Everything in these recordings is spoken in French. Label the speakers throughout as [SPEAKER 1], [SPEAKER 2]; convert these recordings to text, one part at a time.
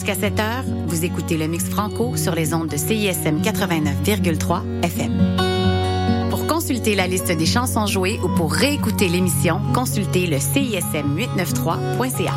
[SPEAKER 1] Jusqu'à 7 heures, vous écoutez le Mix Franco sur les ondes de CISM 89,3 FM. Pour consulter la liste des chansons jouées ou pour réécouter l'émission, consultez le CISM893.ca.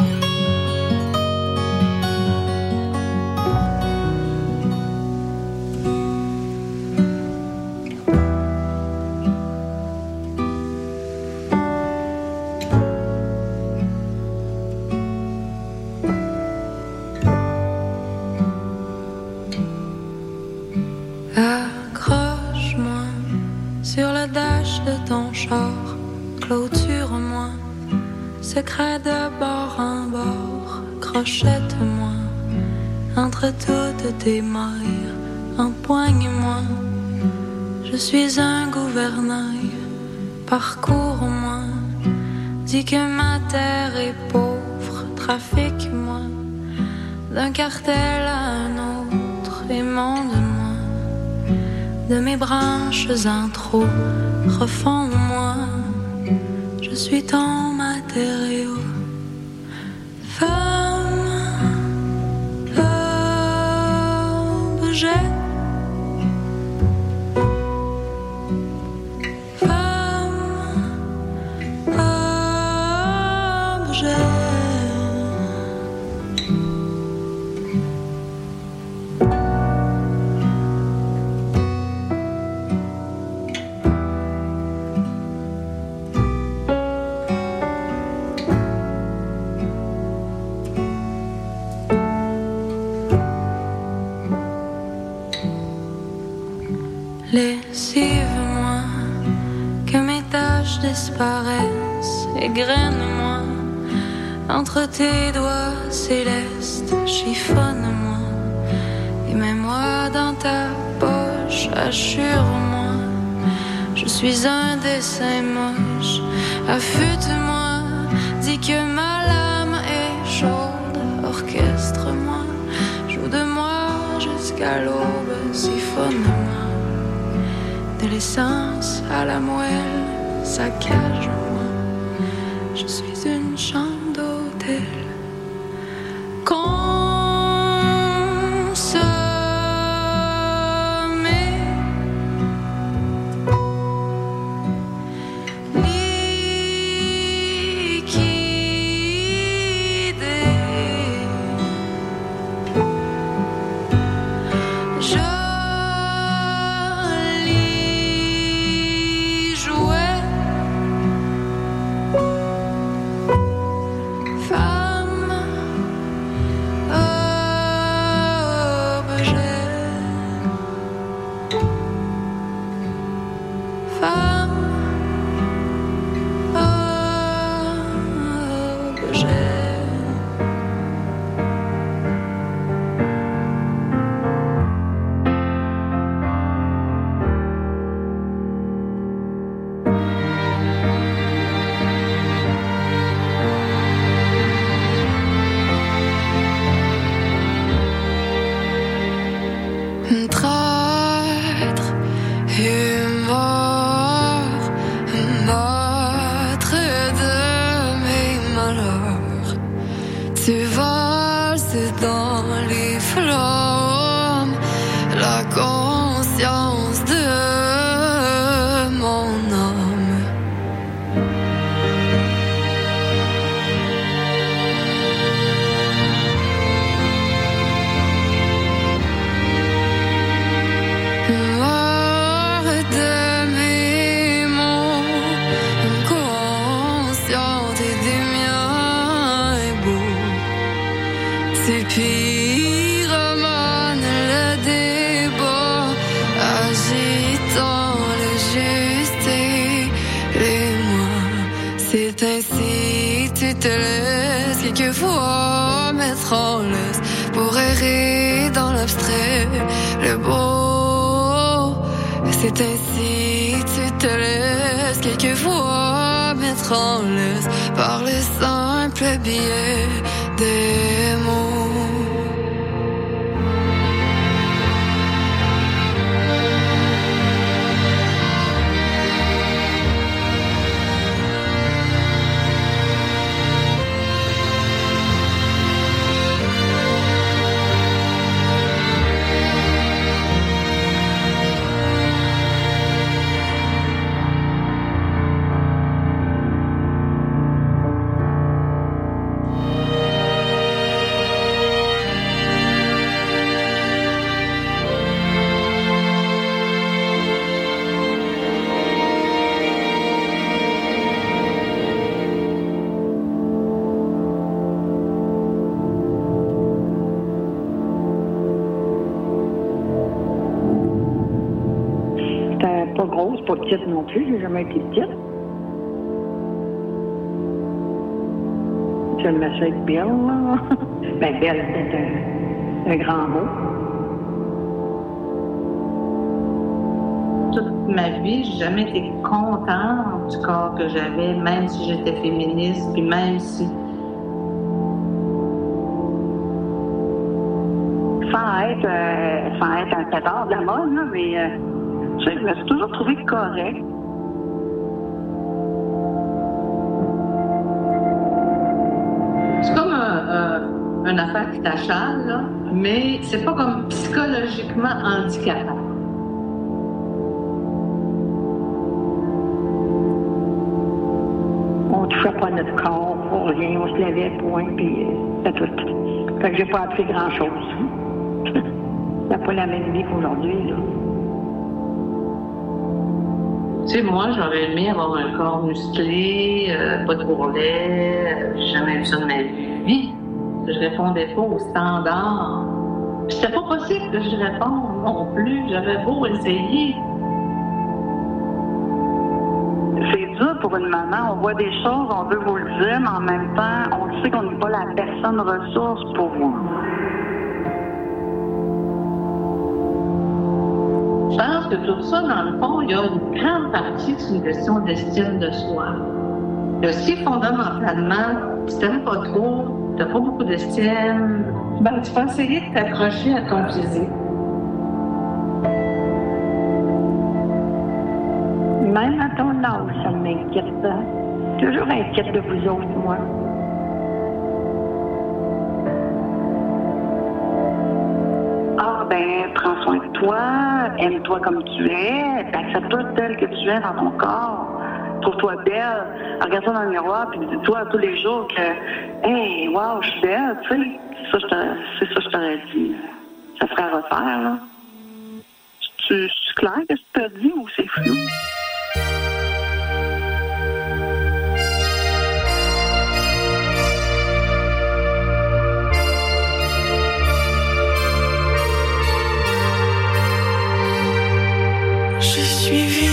[SPEAKER 2] Secret de bord en bord, crochette-moi entre toutes tes mailles, empoigne-moi. Je suis un gouvernail, parcours-moi. Dis que ma terre est pauvre, trafique-moi d'un cartel à un autre, émonde-moi de mes branches en trop, refonds-moi. Je suis ton matériau. Femme, objet. Femme, objet. Lessive-moi, que mes taches disparaissent, égrène-moi entre tes doigts célestes, chiffonne-moi et mets-moi dans ta poche, assure-moi, je suis un dessin moche, affûte-moi, dis que ma lame est chaude, orchestre-moi, joue de moi jusqu'à l'aube, siphonne-moi. De l'essence à la moelle, saccage-moi. Je suis une chambre d'hôtel. Consommée, liquidée.
[SPEAKER 3] Tu valses dans les flammes, la conscience de mon âme. Mort de mes mots, consciente des miens est beau. C'est pyromane le débat, agitant le juste et les moi. C'est ainsi tu te laisses quelquefois mettre en laisse pour errer dans l'abstrait, le beau. C'est ainsi tu te laisses quelquefois mettre en laisse par le simple biais des mots.
[SPEAKER 4] pas petite non plus, j'ai jamais été petite. Je me suis avec Bill, là. Ben, Bill, c'est un grand mot.
[SPEAKER 5] Toute ma vie, j'ai jamais été contente du corps que j'avais, même si j'étais féministe, puis même si...
[SPEAKER 4] Sans être un pétard de la mode, là, mais tu sais, je me suis toujours trouvée correcte.
[SPEAKER 5] C'est comme une affaire qui t'achale, là, mais c'est pas comme psychologiquement handicapant.
[SPEAKER 4] On touchait pas notre corps pour rien, on se levait, point, puis c'est tout. Fait que j'ai pas appris grand-chose. C'est pas la même vie qu'aujourd'hui, là.
[SPEAKER 5] Tu sais, moi, j'aurais aimé avoir un corps musclé, pas de bourrelet, j'ai jamais vu ça de ma vie. Je répondais pas aux standards. Puis c'était pas possible que je réponde non plus, j'avais beau essayer.
[SPEAKER 4] C'est dur pour une maman, on voit des choses, on veut vous le dire, mais en même temps, on sait qu'on n'est pas la personne ressource pour vous.
[SPEAKER 5] Je pense que tout ça, dans le fond, il y a une grande partie, c'est une question d'estime de soi. Et aussi, fondamentalement, si t'aimes pas trop, t'as pas beaucoup d'estime, ben, tu vas essayer de t'accrocher à ton physique.
[SPEAKER 4] Même à ton âge, ça m'inquiète. Toujours inquiète de vous autres, moi. Ah, ben, prends soin de toi, aime-toi comme tu es, accepte-toi tel que tu es dans ton corps. Trouve-toi belle, regarde-toi dans le miroir, puis dis-toi tous les jours que, hey, wow, je suis belle, tu sais. C'est ça que je t'aurais dit. Ça ferait à refaire, là. C'est clair que je te dis ou c'est flou?
[SPEAKER 3] J'ai suivi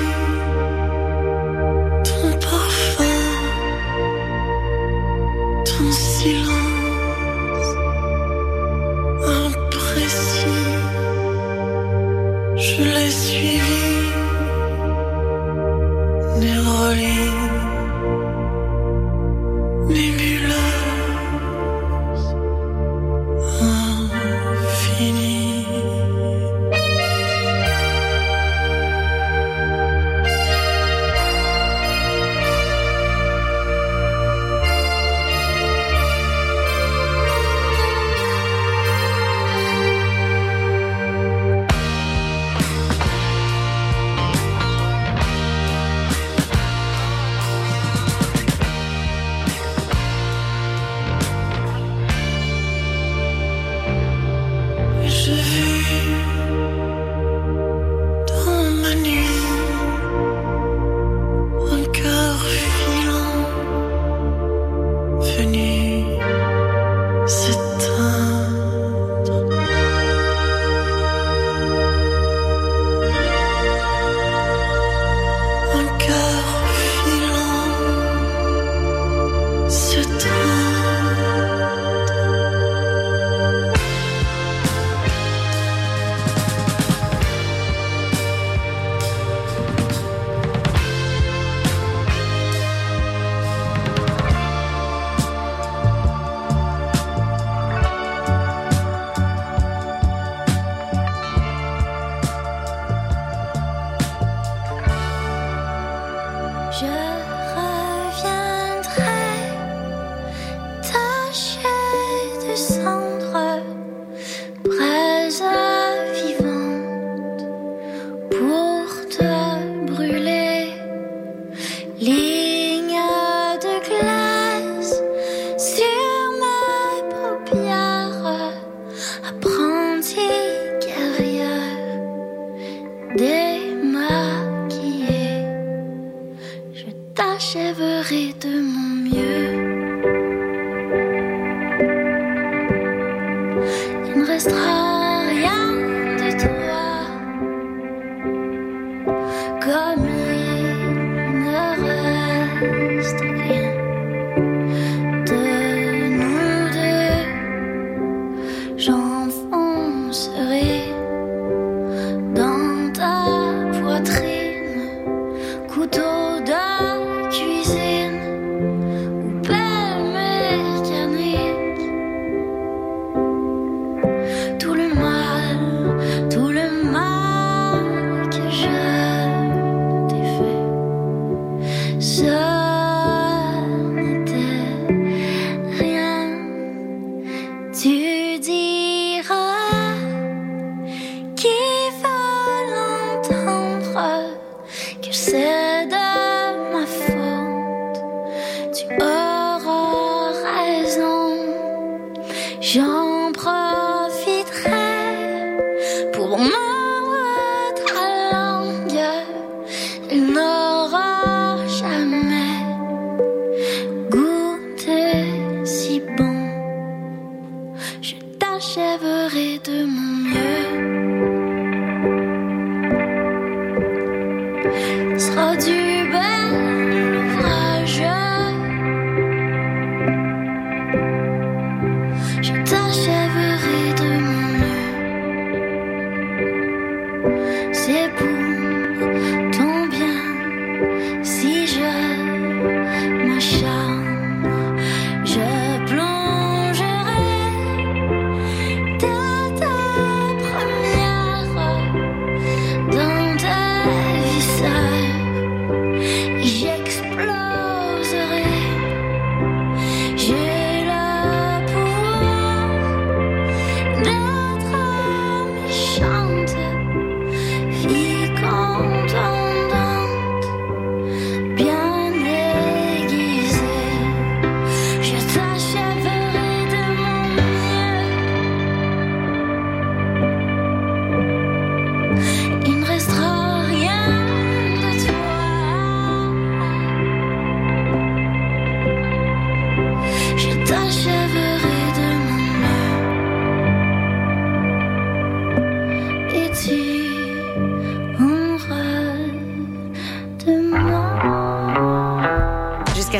[SPEAKER 3] ton parfum, ton silence imprécis. Je l'ai suivi, nébuleux, infinie. J'ai vu dans ma nuit un cœur filant venu s'éteindre. Un cœur filant s'éteindre.
[SPEAKER 6] Je reviendrai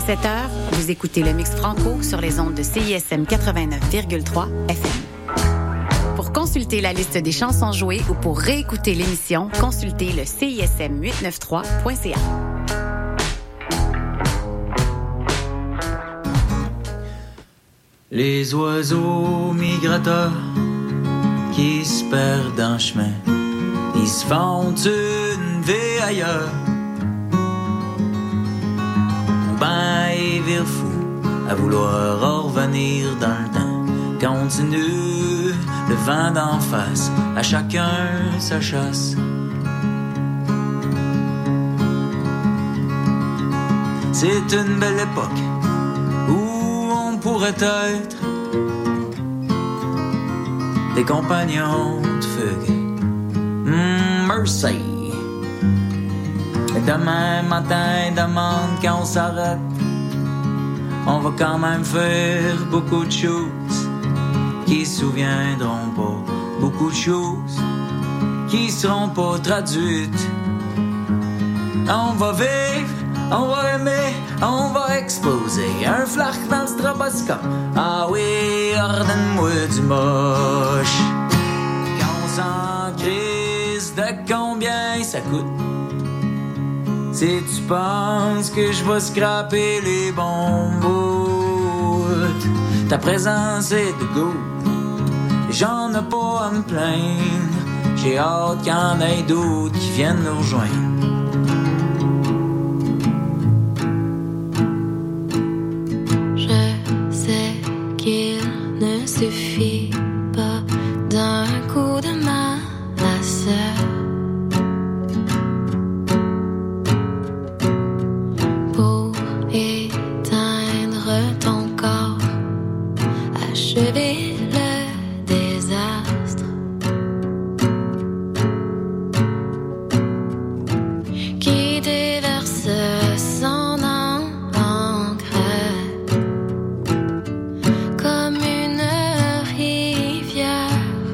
[SPEAKER 1] 7h, vous écoutez le Mix Franco sur les ondes de CISM 89,3 FM. Pour consulter la liste des chansons jouées ou pour réécouter l'émission, consultez le CISM893.ca.
[SPEAKER 6] Les oiseaux migrateurs qui se perdent en chemin, ils se font une vie ailleurs. Ben, ils virent fous à vouloir revenir dans le temps. Continue le vent d'en face, à chacun sa chasse. C'est une belle époque où on pourrait être des compagnons de fugue. Merci. Demain matin, demande quand on s'arrête. On va quand même faire beaucoup de choses qui se souviendront pas. Beaucoup de choses qui seront pas traduites. On va vivre, on va aimer, on va exploser. Un flash dans le stroboscope. Ah oui, ordonne-moi du moche. Quand on s'en crise de combien ça coûte. Si tu penses que je vais scraper les bons bouts, ta présence est de goût. J'en ai pas à me plaindre. J'ai hâte qu'il y en ait d'autres qui viennent nous rejoindre.
[SPEAKER 2] Je sais qu'il ne suffit pas d'un coup de main à seul. Le désastre qui déverse son encre comme une rivière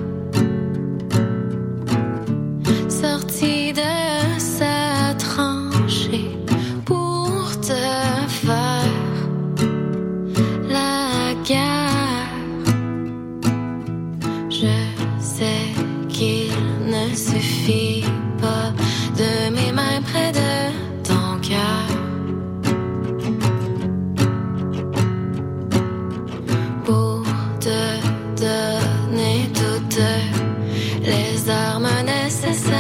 [SPEAKER 2] sortie de sa tranchée pour te faire la guerre. Ne suffit pas de mes mains près de ton cœur pour te donner toutes les armes nécessaires.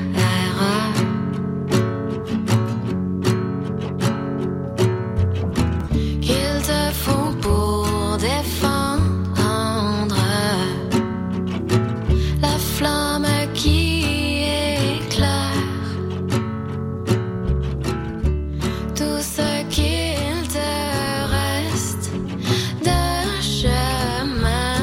[SPEAKER 2] Qu'il te faut pour défendre la flamme qui éclaire tout ce qu'il te reste de chemin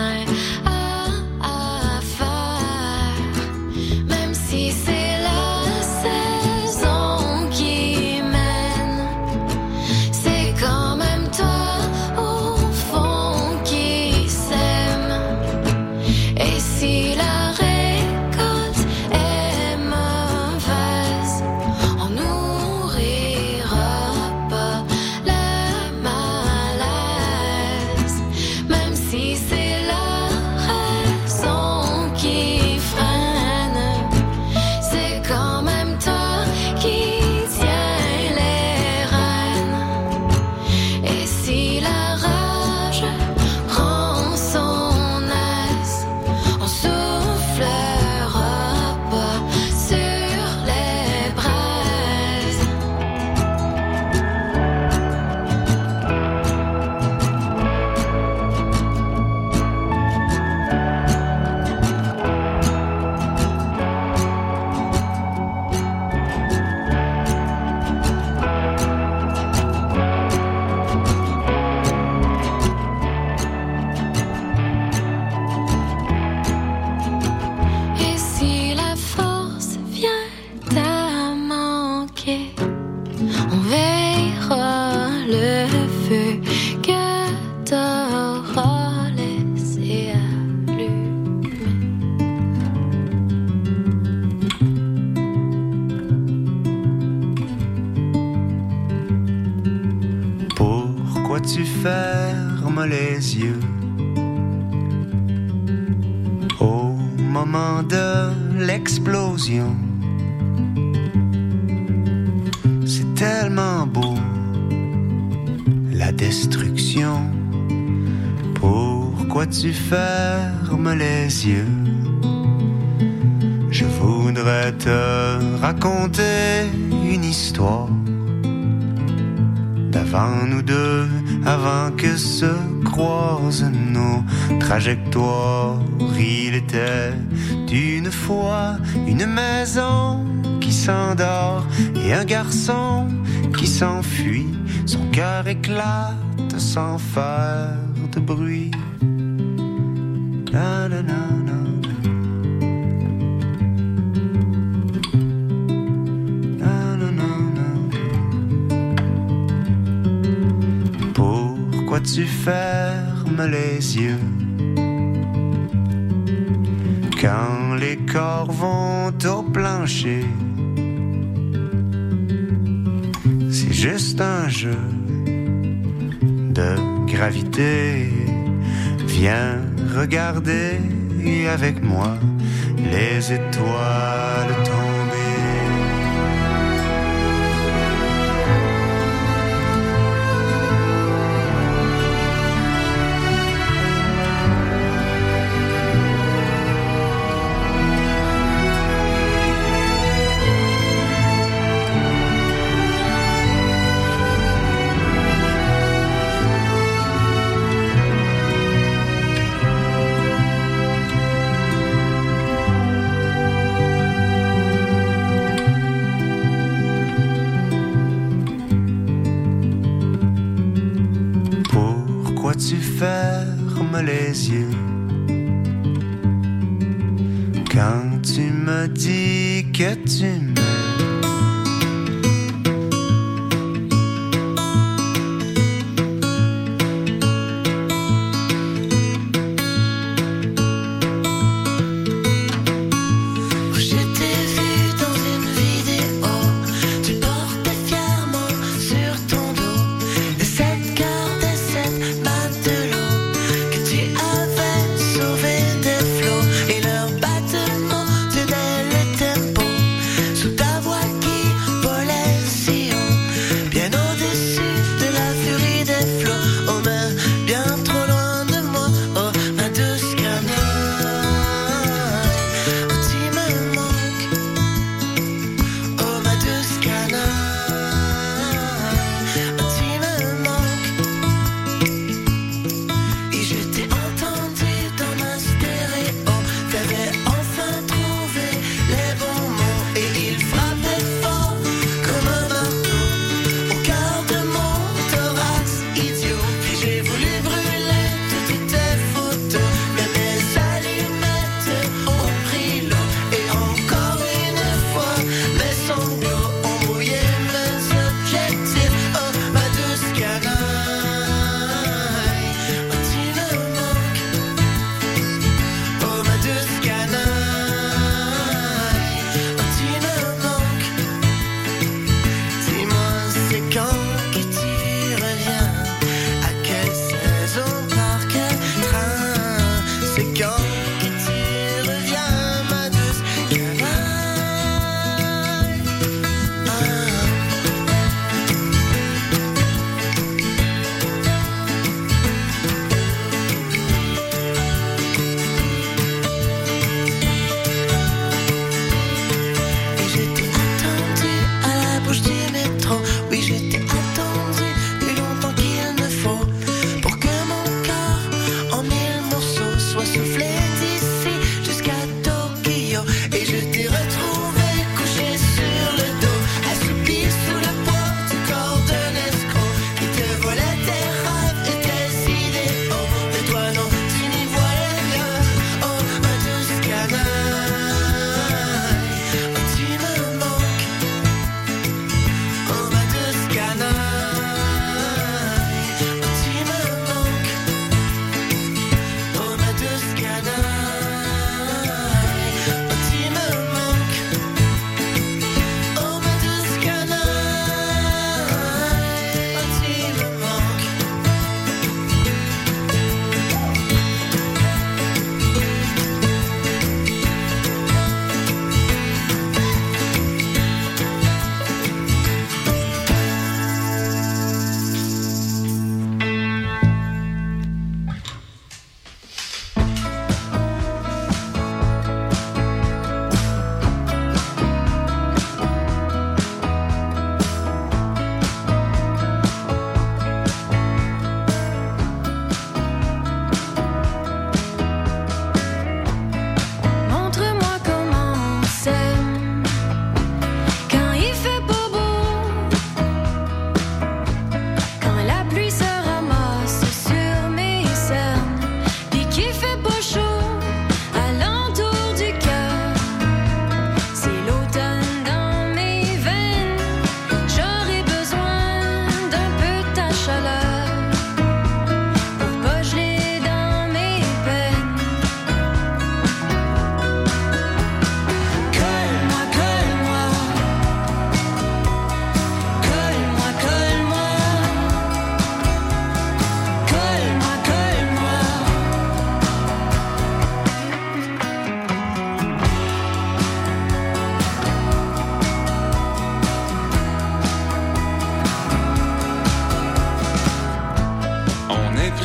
[SPEAKER 2] à faire, même si c'est la saison qui mène, c'est quand même toi au fond qui s'aime. Et si la
[SPEAKER 7] tu fermes les yeux au moment de l'explosion. C'est tellement beau, la destruction. Pourquoi tu fermes les yeux? Je voudrais te raconter une histoire d'avant nous deux, avant que se croisent nos trajectoires. Il était une fois une maison qui s'endort et un garçon qui s'enfuit. Son cœur éclate sans faire de bruit. Na, na, na, na. Pourquoi tu fermes les yeux quand les corps vont au plancher? C'est juste un jeu de gravité. Viens regarder avec moi les étoiles tomber. Tu fermes les yeux quand tu me dis que tu m'aimes.
[SPEAKER 8] Ta voix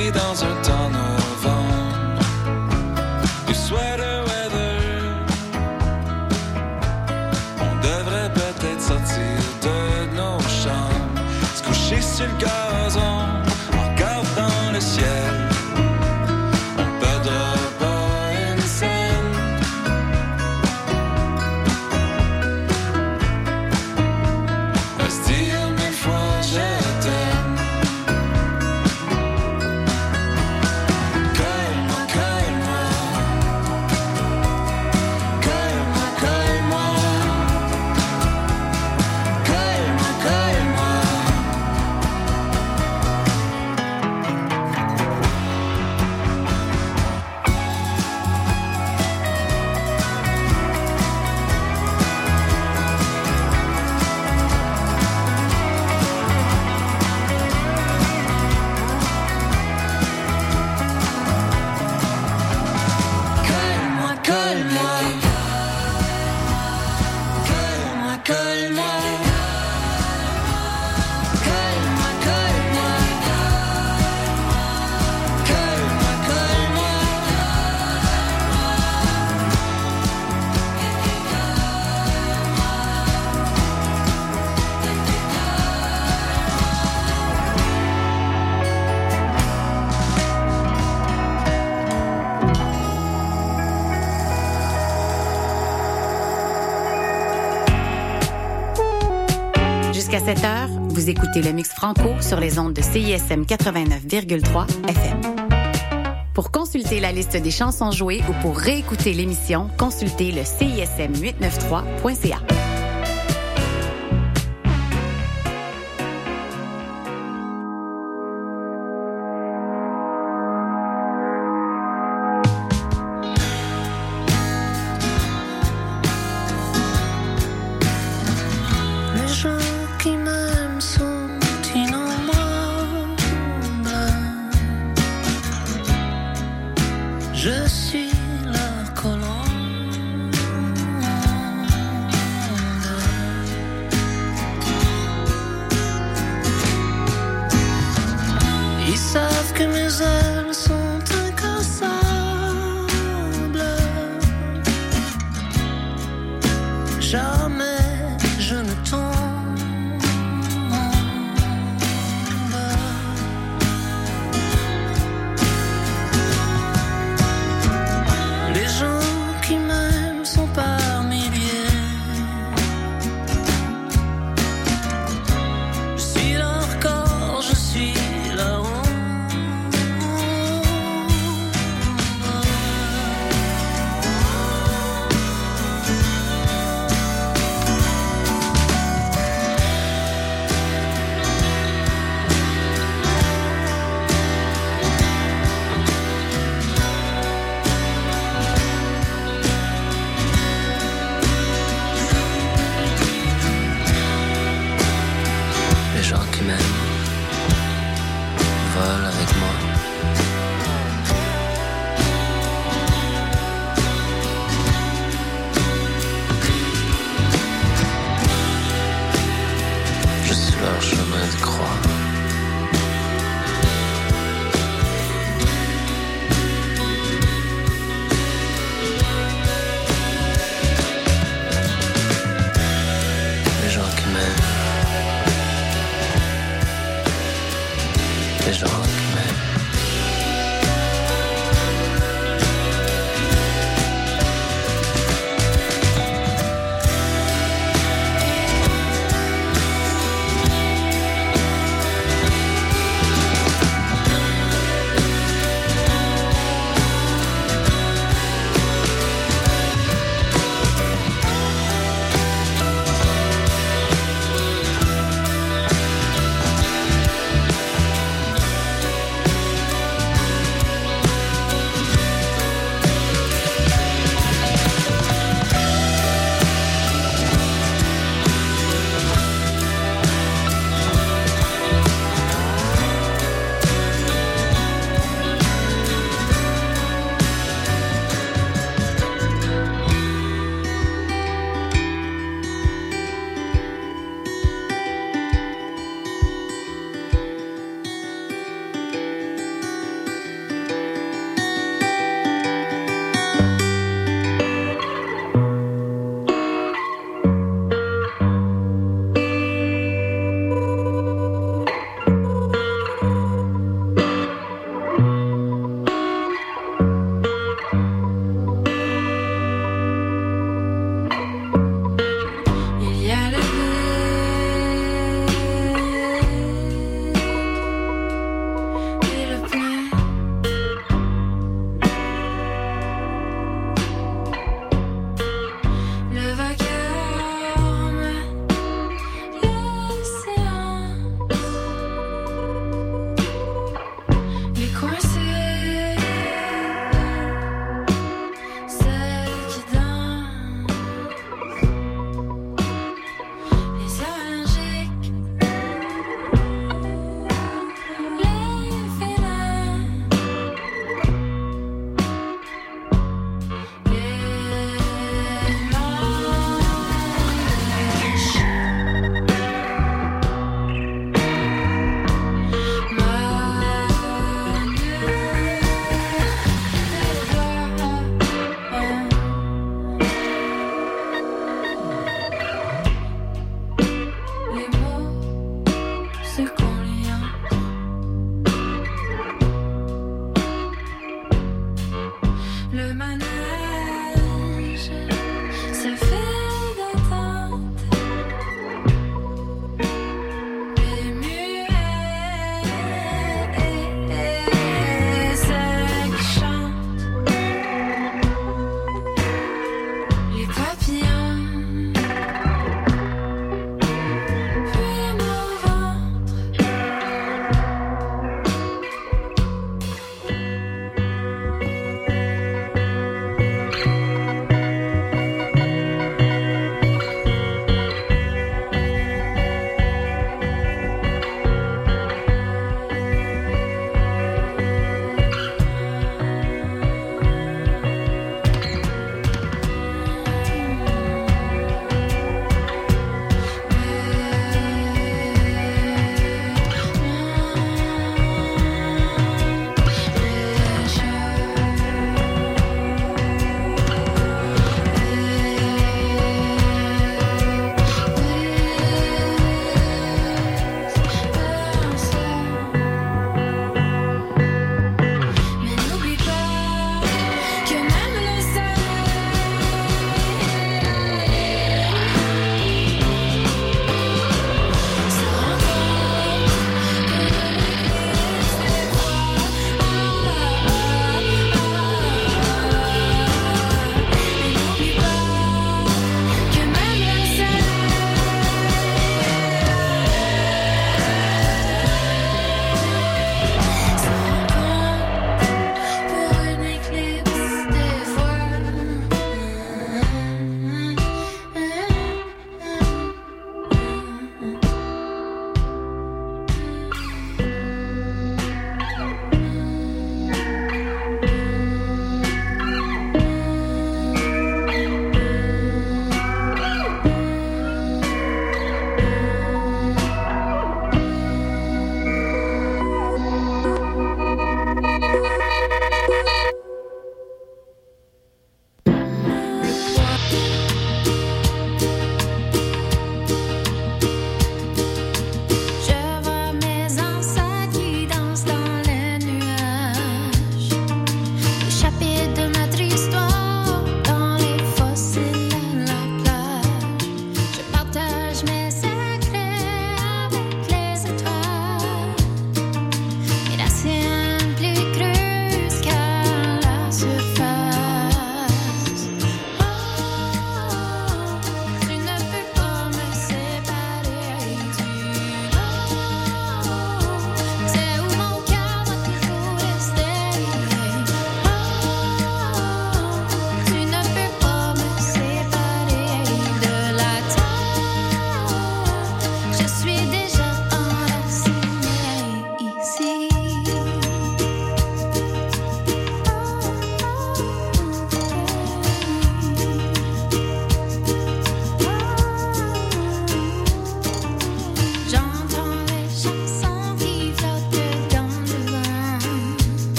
[SPEAKER 8] pris dans un temps novembre. Du sweater weather. On devrait peut-être sortir de nos chambres, se coucher sur le gazon en regardant le ciel. On perdra pas une scène. À se dire mille fois je t'aime. Colle-moi, colle-moi. Colle-moi, colle-moi. Colle-moi, colle-moi. Colle-moi, colle-moi. Colle-moi, colle-moi. Colle-moi, colle-moi. Colle-moi, colle-moi.
[SPEAKER 1] Jusqu'à 7 heures, vous écoutez le Mix Franco sur les ondes de CISM 89,3 FM. Pour consulter la liste des chansons jouées ou pour réécouter l'émission, consultez le CISM893.ca.
[SPEAKER 2] Les gens qui m'aiment sont innombrables. Je suis leur colombe. Ils savent que mes ailes sont incassables. Jamais je ne tombe. Les gens qui m'aiment sont par milliers. Je suis leur corps, je suis leur ombre. Les gens qui m'aiment volent avec moi. Je suis leur chemin de croix. Les gens qui m'aiment. Les gens qui m'aiment.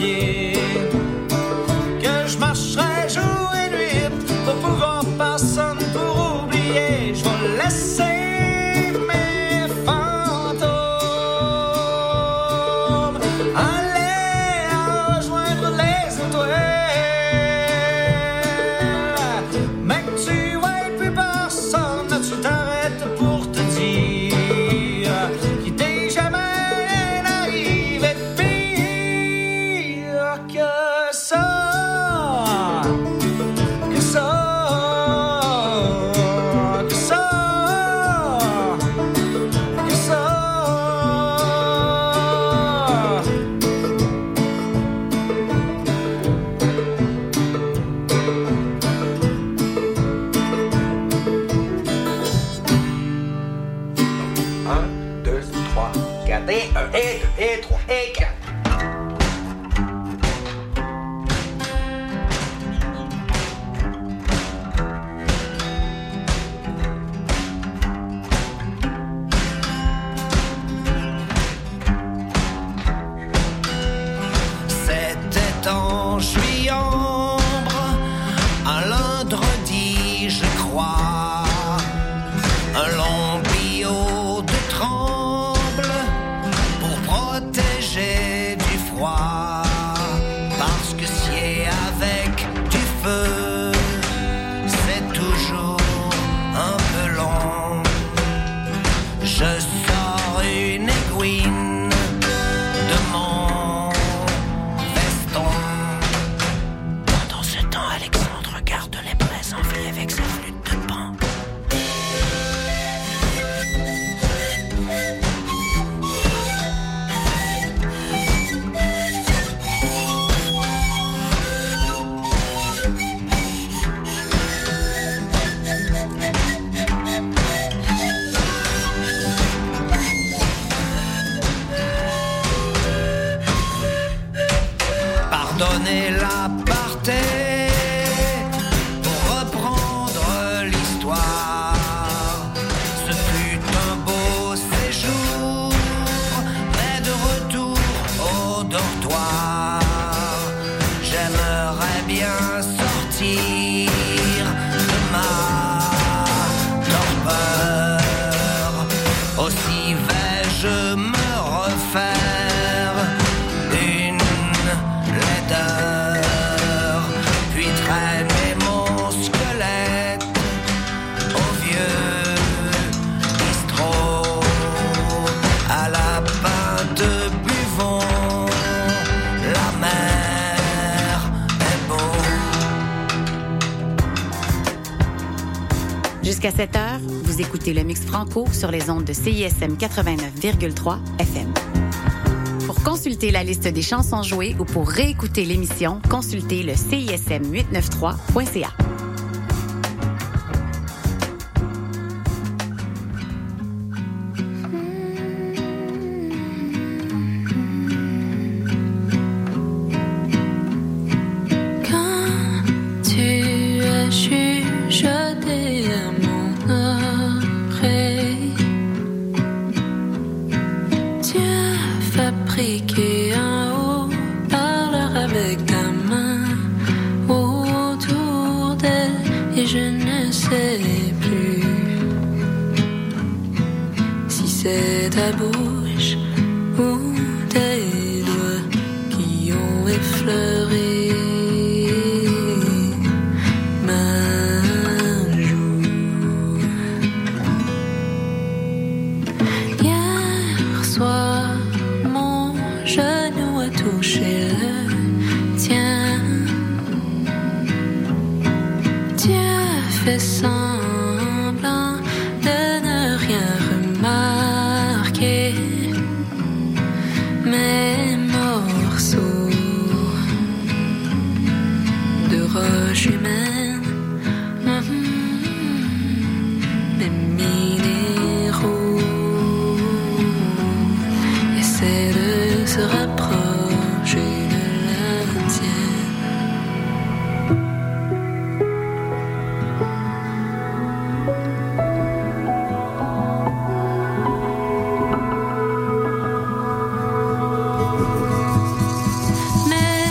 [SPEAKER 9] pied, que je marcherai jour et nuit pour pouvoir personne pour oublier. Je vais laisser mes fantômes aller rejoindre les étoiles. Mais que tu vois plus personne, tu t'arrêtes pour te dire qu'il t'est jamais arrivé pire que ça. Que ça. Que ça. Que ça.
[SPEAKER 10] Un, deux, trois, quatre, et un, et deux, et trois, et quatre.
[SPEAKER 9] C'était en juillet-ombre, un lundi, je crois. Un long bio de tremble pour protéger du froid. Parce que scier avec du feu, c'est toujours un peu long. Je sors une aiguine de mon veston. Pendant ce temps, Alexandre regarde les braises enflées avec sa flûte de pan. Pardonnez l'aparté pour reprendre l'histoire. Ce fut un beau séjour, mais de retour au dortoir. J'aimerais bien sortir de ma torpeur. Aussi vais-je me refaire une laideur, puis traîner mon squelette au vieux bistrot. À la pinte buvons, la mer est beau.
[SPEAKER 1] Jusqu'à 7 heures, vous écoutez le Mix Franco sur les ondes de CISM 89,3 FM. Pour consulter la liste des chansons jouées ou pour réécouter l'émission, consultez le CISM893.ca.
[SPEAKER 2] Quand tu as chuchoté à mon oreille, tu as fabriqué un haut-parleur avec ta main autour d'elle et je ne sais plus si c'est ta bouche ou tes doigts qui ont effleuré ma joue. Hier soir, mon genou a touché le tien. Tu as fait semblant de ne rien remarquer. Mes morceaux de roche humaine, mes minéraux essaient de se rapprocher de la tienne. Mais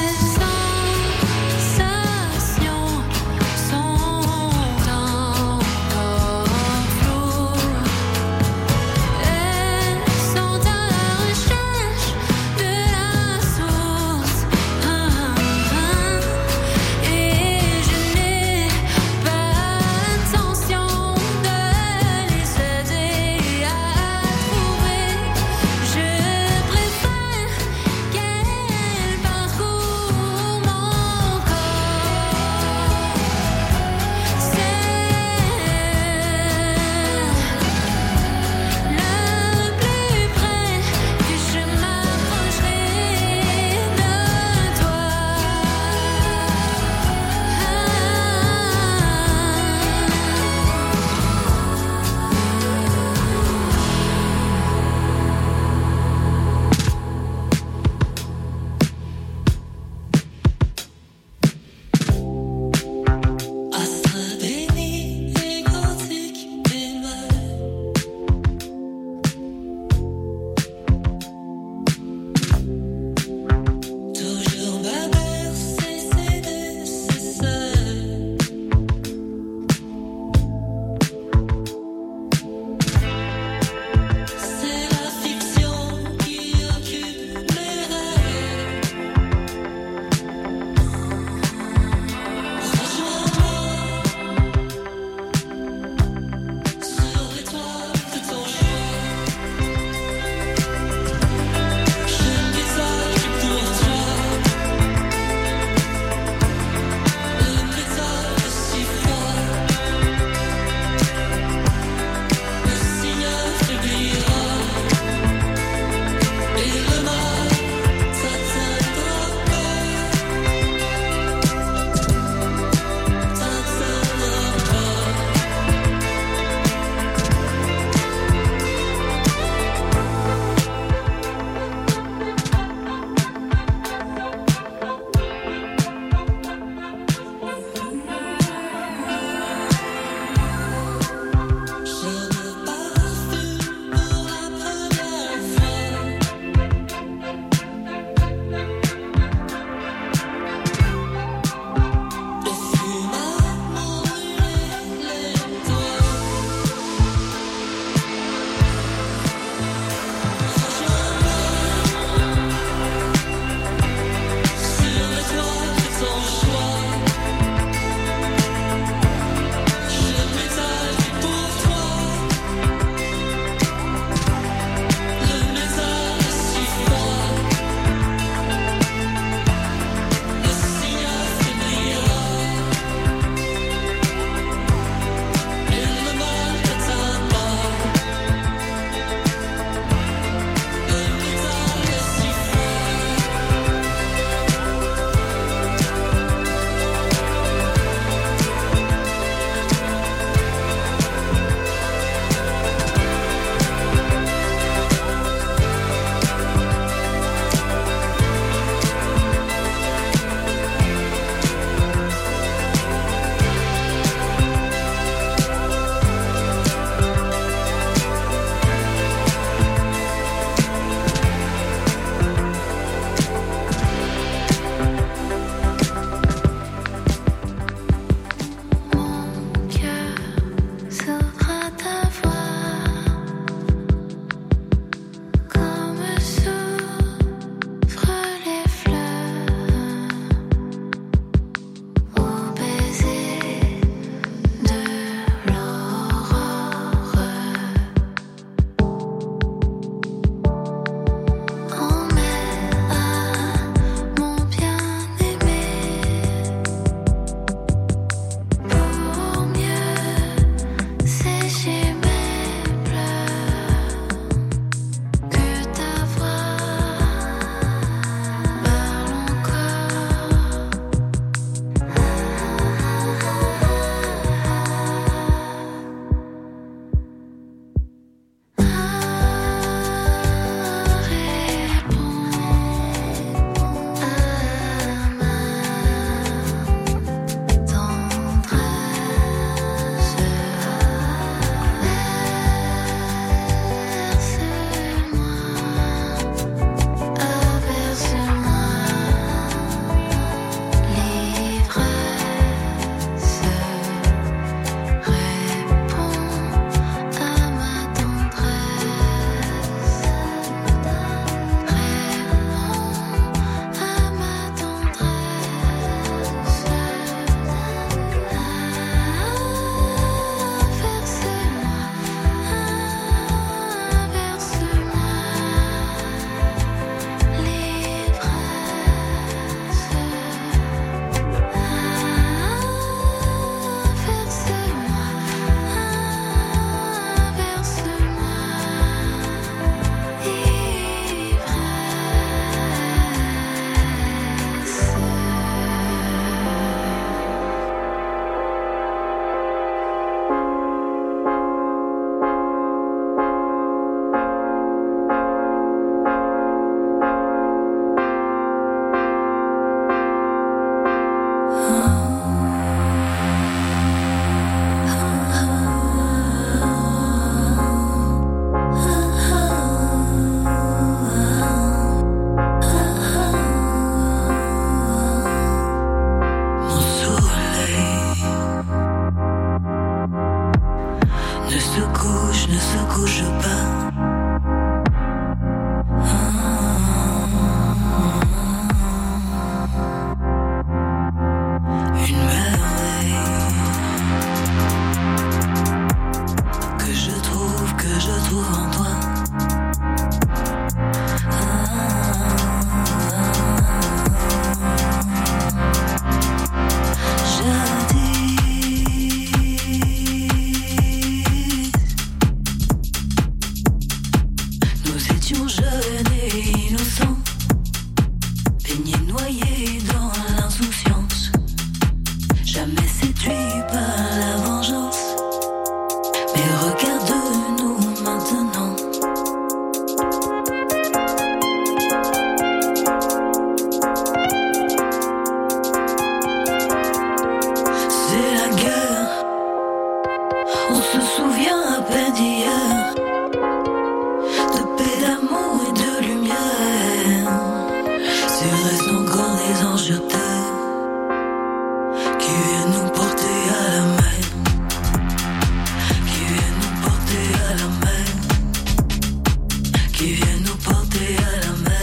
[SPEAKER 11] jeter, qui viennent nous porter à la mer, qui viennent nous porter à la mer, qui viennent nous porter à la mer.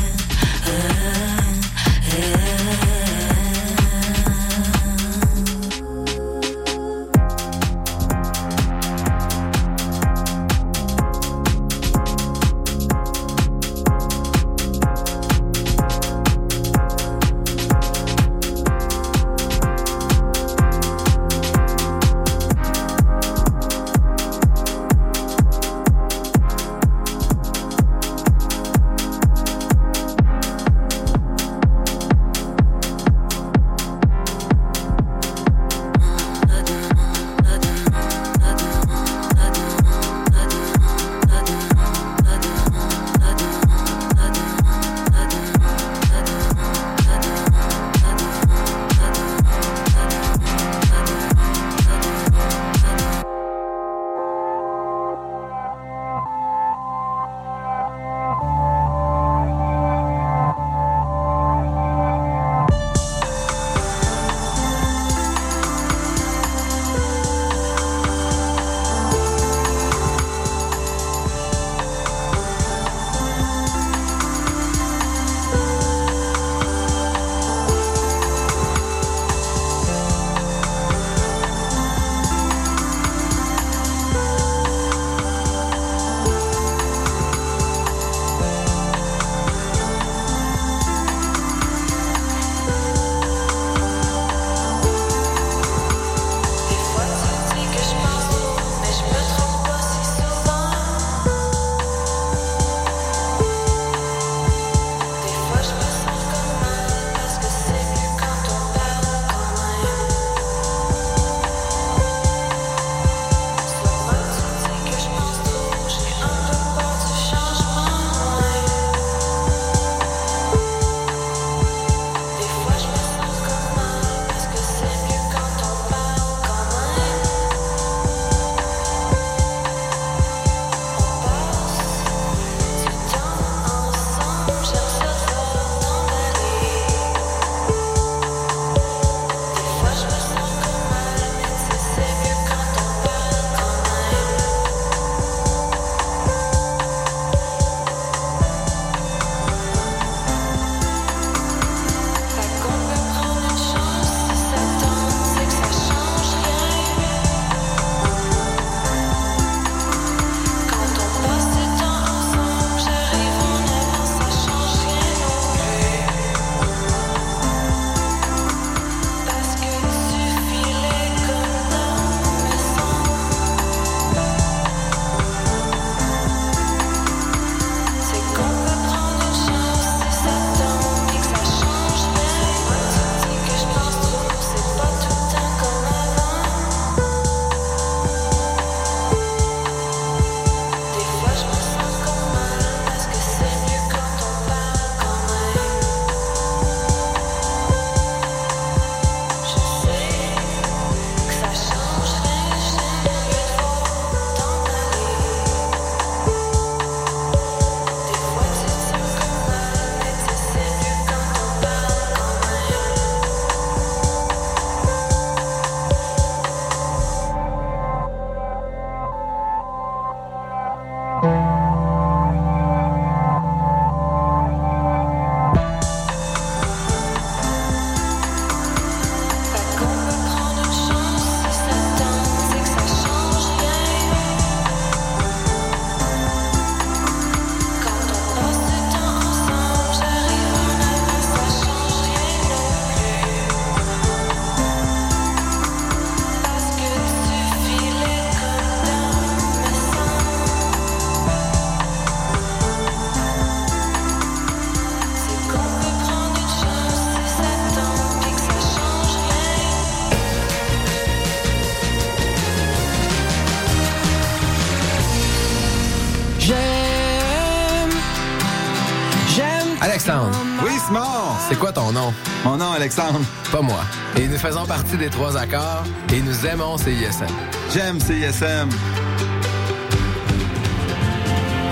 [SPEAKER 12] Alexandre.
[SPEAKER 13] Oui, Simon.
[SPEAKER 12] C'est quoi ton nom?
[SPEAKER 13] Mon nom, Alexandre.
[SPEAKER 12] Pas moi. Et nous faisons partie des 3 accords et nous aimons CISM.
[SPEAKER 13] J'aime CISM.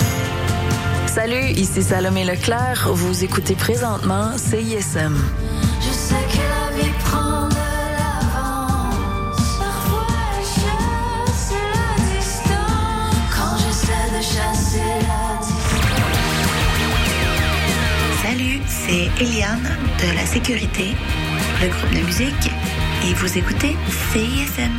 [SPEAKER 14] Salut, ici Salomé Leclerc. Vous écoutez présentement CISM.
[SPEAKER 2] Je sais que la vie prend de l'avance. Parfois elle chasse la distance. Quand j'essaie de chasser la distance.
[SPEAKER 14] Salut, c'est Eliane de La Sécurité, le groupe de musique, et vous écoutez CISM.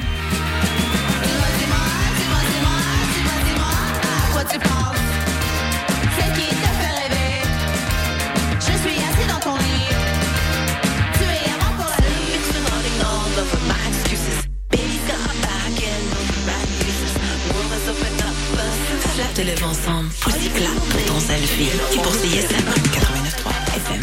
[SPEAKER 2] Quoi tu penses? C'est qui te fait rêver? Je suis assis dans ton lit. Tu es avant pour la vie. It's been running all over my excuses. Baby's got my back and no bad news. World has opened up.
[SPEAKER 14] Flatte lève ensemble, poussy clap pour ton selfie. Qui pour CISM 89.3 FM.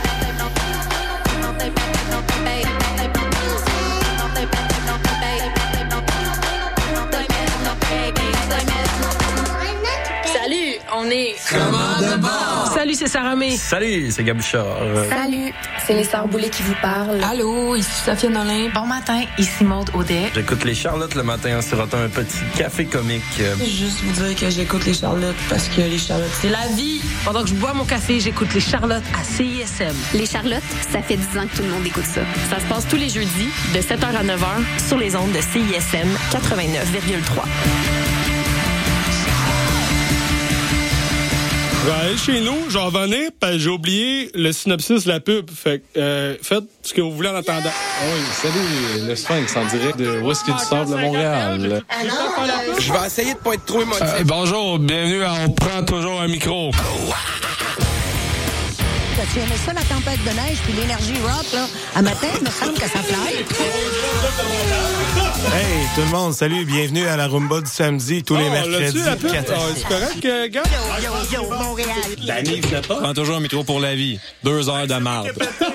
[SPEAKER 15] Salut, on est
[SPEAKER 16] Comment de bord?
[SPEAKER 15] Salut, c'est Sarah May.
[SPEAKER 16] Salut, c'est Gabuchard.
[SPEAKER 15] Salut, c'est les Sœurs Boulay qui vous parlent. Allô, ici Sophia Nolin.
[SPEAKER 1] Bon matin, ici Maude Audet.
[SPEAKER 16] J'écoute les Charlottes le matin en sirotant un petit café comique.
[SPEAKER 15] Juste vous dire que j'écoute les Charlottes parce que les Charlottes, c'est la vie. Pendant que je bois mon café, j'écoute les Charlottes à CISM.
[SPEAKER 17] Les Charlottes, ça fait 10 ans que tout le monde écoute ça. Ça se passe tous les jeudis de 7h à 9h sur les ondes de CISM 89,3.
[SPEAKER 18] Je vais aller chez nous, je vais revenir, parce que j'ai oublié le synopsis de la pub. Fait que faites ce que vous voulez en attendant.
[SPEAKER 19] Oui, salut, le Sphinx en direct de Whisky du Sable de Montréal.
[SPEAKER 20] Je vais essayer de pas être trop émotif.
[SPEAKER 18] Bonjour, bienvenue à On prend toujours un micro.
[SPEAKER 21] T'as-tu aimé ça, la tempête de neige puis l'énergie rock, là? À matin, il me semble que ça fly.
[SPEAKER 22] Hey, tout le monde, salut, bienvenue à la Rumba du samedi, tous les mercredis.
[SPEAKER 18] C'est correct, gars?
[SPEAKER 21] Yo, Montréal.
[SPEAKER 18] La nive de pas.
[SPEAKER 19] Prends toujours un micro pour la vie. 2 heures de marde.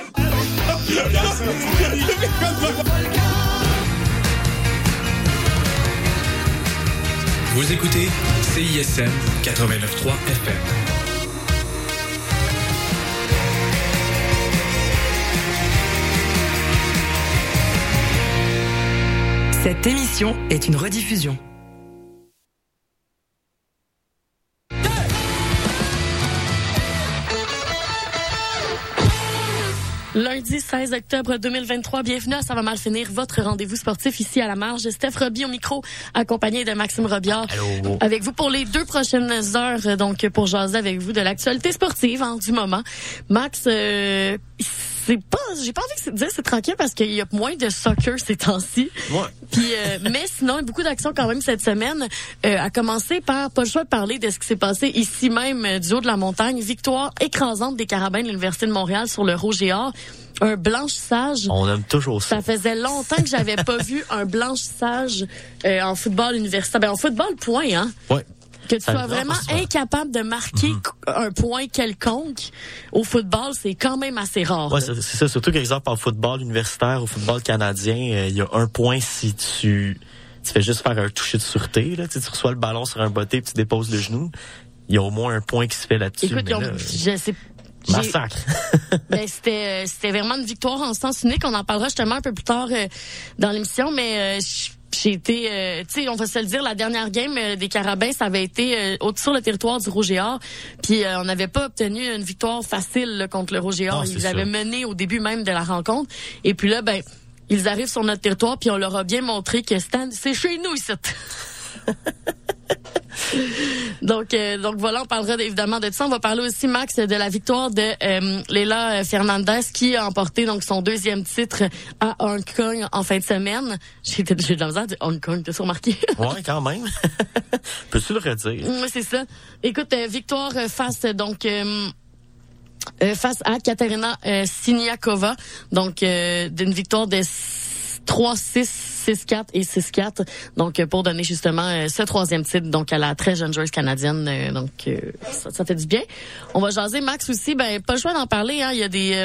[SPEAKER 23] Vous écoutez CISM 89.3 FM.
[SPEAKER 24] Cette émission est une rediffusion.
[SPEAKER 25] Lundi 16 octobre 2023, bienvenue à Ça va mal finir, votre rendez-vous sportif ici à la marge. Steph Roby au micro, accompagné de Maxime Robillard.
[SPEAKER 16] Allô.
[SPEAKER 25] Avec vous pour les 2 prochaines heures, donc pour jaser avec vous de l'actualité sportive du moment. Max, j'ai pas envie de dire c'est tranquille parce qu'il y a moins de soccer ces temps-ci.
[SPEAKER 16] Ouais.
[SPEAKER 25] Puis, mais sinon, beaucoup d'actions quand même cette semaine. À commencer par, pas le choix de parler de ce qui s'est passé ici même du haut de la montagne. Victoire écrasante des Carabins de l'Université de Montréal sur le Rouge et Or. Un blanchissage.
[SPEAKER 16] On aime toujours ça.
[SPEAKER 25] Ça faisait longtemps que j'avais pas vu un blanchissage en football universitaire. Ben, en football, point, hein?
[SPEAKER 16] Ouais.
[SPEAKER 25] Que tu sois vraiment incapable de marquer un point quelconque au football, c'est quand même assez rare.
[SPEAKER 16] Ouais, c'est ça. Surtout qu'exemple en football universitaire ou football canadien, il y a un point si tu fais juste faire un toucher de sûreté. Là, tu reçois le ballon sur un botté et tu déposes le genou. Il y a au moins un point qui se fait là-dessus.
[SPEAKER 25] Écoute, je sais.
[SPEAKER 16] Massacre.
[SPEAKER 25] Ben, c'était vraiment une victoire en sens unique. On en parlera justement un peu plus tard dans l'émission, mais j'ai été, tu sais, on va se le dire, la dernière game des Carabins, ça avait été sur le territoire du Rouge et Or, puis on n'avait pas obtenu une victoire facile là, contre le Rouge et Or. Ils avaient mené au début même de la rencontre, et puis là, ben, ils arrivent sur notre territoire, puis on leur a bien montré que c'est chez nous ici. Donc voilà, on parlera évidemment de ça. On va parler aussi, Max, de la victoire de Leila Fernandez qui a emporté donc son 2e titre à Hong Kong en fin de semaine. J'ai de la misère à dire Hong Kong, t'as remarqué?
[SPEAKER 16] Ouais, quand même. Peux-tu le redire?
[SPEAKER 25] Oui, c'est ça. Écoute, victoire face à Katerina Siniakova, donc d'une victoire de 3-6, 6-4 et 6-4. Donc, pour donner justement ce 3e titre donc à la très jeune joueuse canadienne. Ça fait du bien. On va jaser, Max, aussi. Ben, pas le choix d'en parler. Hein. Il y a des